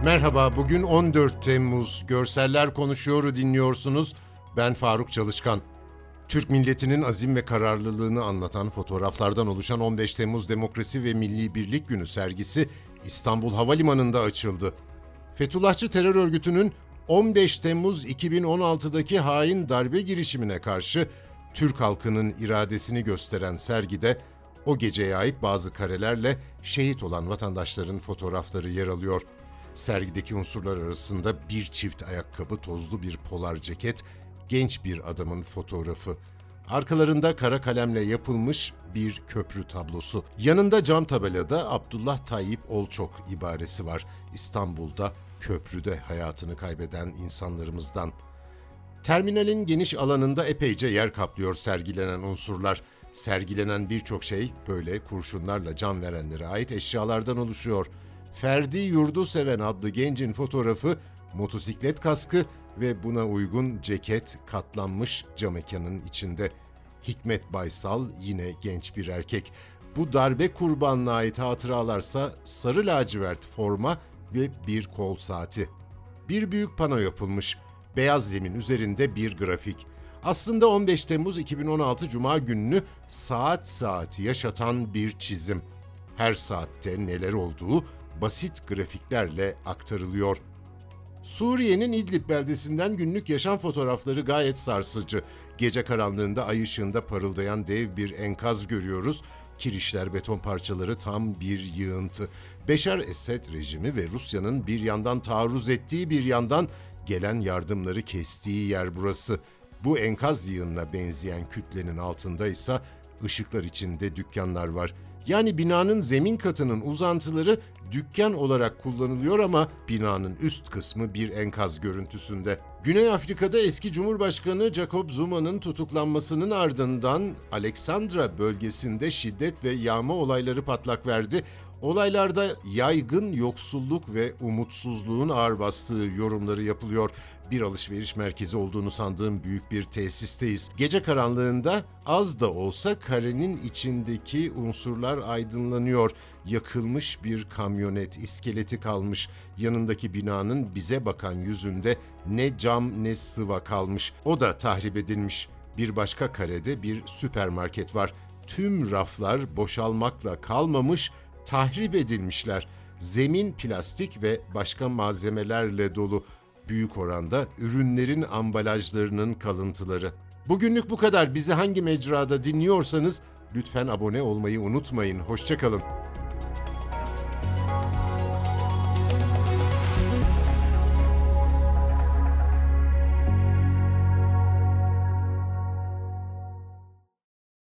Merhaba, bugün 14 Temmuz. Görseller Konuşuyor'u dinliyorsunuz. Ben Faruk Çalışkan. Türk milletinin azim ve kararlılığını anlatan fotoğraflardan oluşan 15 Temmuz Demokrasi ve Milli Birlik Günü sergisi İstanbul Havalimanı'nda açıldı. Fethullahçı terör örgütünün 15 Temmuz 2016'daki hain darbe girişimine karşı Türk halkının iradesini gösteren sergide o geceye ait bazı karelerle şehit olan vatandaşların fotoğrafları yer alıyor. Sergideki unsurlar arasında bir çift ayakkabı, tozlu bir polar ceket, genç bir adamın fotoğrafı. Arkalarında kara kalemle yapılmış bir köprü tablosu. Yanında cam tabelada Abdullah Tayyip Olçok ibaresi var. İstanbul'da köprüde hayatını kaybeden insanlarımızdan. Terminalin geniş alanında epeyce yer kaplıyor sergilenen unsurlar. Sergilenen birçok şey böyle kurşunlarla can verenlere ait eşyalardan oluşuyor. Ferdi Yurduseven adlı gencin fotoğrafı, motosiklet kaskı ve buna uygun ceket katlanmış cam mekanın içinde. Hikmet Baysal yine genç bir erkek. Bu darbe kurbanına ait hatıralarsa sarı lacivert forma ve bir kol saati. Bir büyük pano yapılmış. Beyaz zemin üzerinde bir grafik. Aslında 15 Temmuz 2016 Cuma gününü saat saat yaşatan bir çizim. Her saatte neler olduğu basit grafiklerle aktarılıyor. Suriye'nin İdlib beldesinden günlük yaşam fotoğrafları gayet sarsıcı. Gece karanlığında ay ışığında parıldayan dev bir enkaz görüyoruz. Kirişler, beton parçaları tam bir yığıntı. Beşar Esed rejimi ve Rusya'nın bir yandan taarruz ettiği, bir yandan gelen yardımları kestiği yer burası. Bu enkaz yığınına benzeyen kütlenin altında ise ışıklar içinde dükkanlar var. Yani binanın zemin katının uzantıları dükkan olarak kullanılıyor ama binanın üst kısmı bir enkaz görüntüsünde. Güney Afrika'da eski Cumhurbaşkanı Jacob Zuma'nın tutuklanmasının ardından Alexandra bölgesinde şiddet ve yağma olayları patlak verdi. Olaylarda yaygın yoksulluk ve umutsuzluğun ağır bastığı yorumları yapılıyor. Bir alışveriş merkezi olduğunu sandığım büyük bir tesisteyiz. Gece karanlığında az da olsa karenin içindeki unsurlar aydınlanıyor. Yakılmış bir kamyonet iskeleti kalmış. Yanındaki binanın bize bakan yüzünde ne cam ne sıva kalmış. O da tahrip edilmiş. Bir başka karede bir süpermarket var. Tüm raflar boşalmakla kalmamış, tahrip edilmişler. Zemin plastik ve başka malzemelerle dolu. Büyük oranda ürünlerin ambalajlarının kalıntıları. Bugünlük bu kadar. Bizi hangi mecrada dinliyorsanız lütfen abone olmayı unutmayın. Hoşça kalın.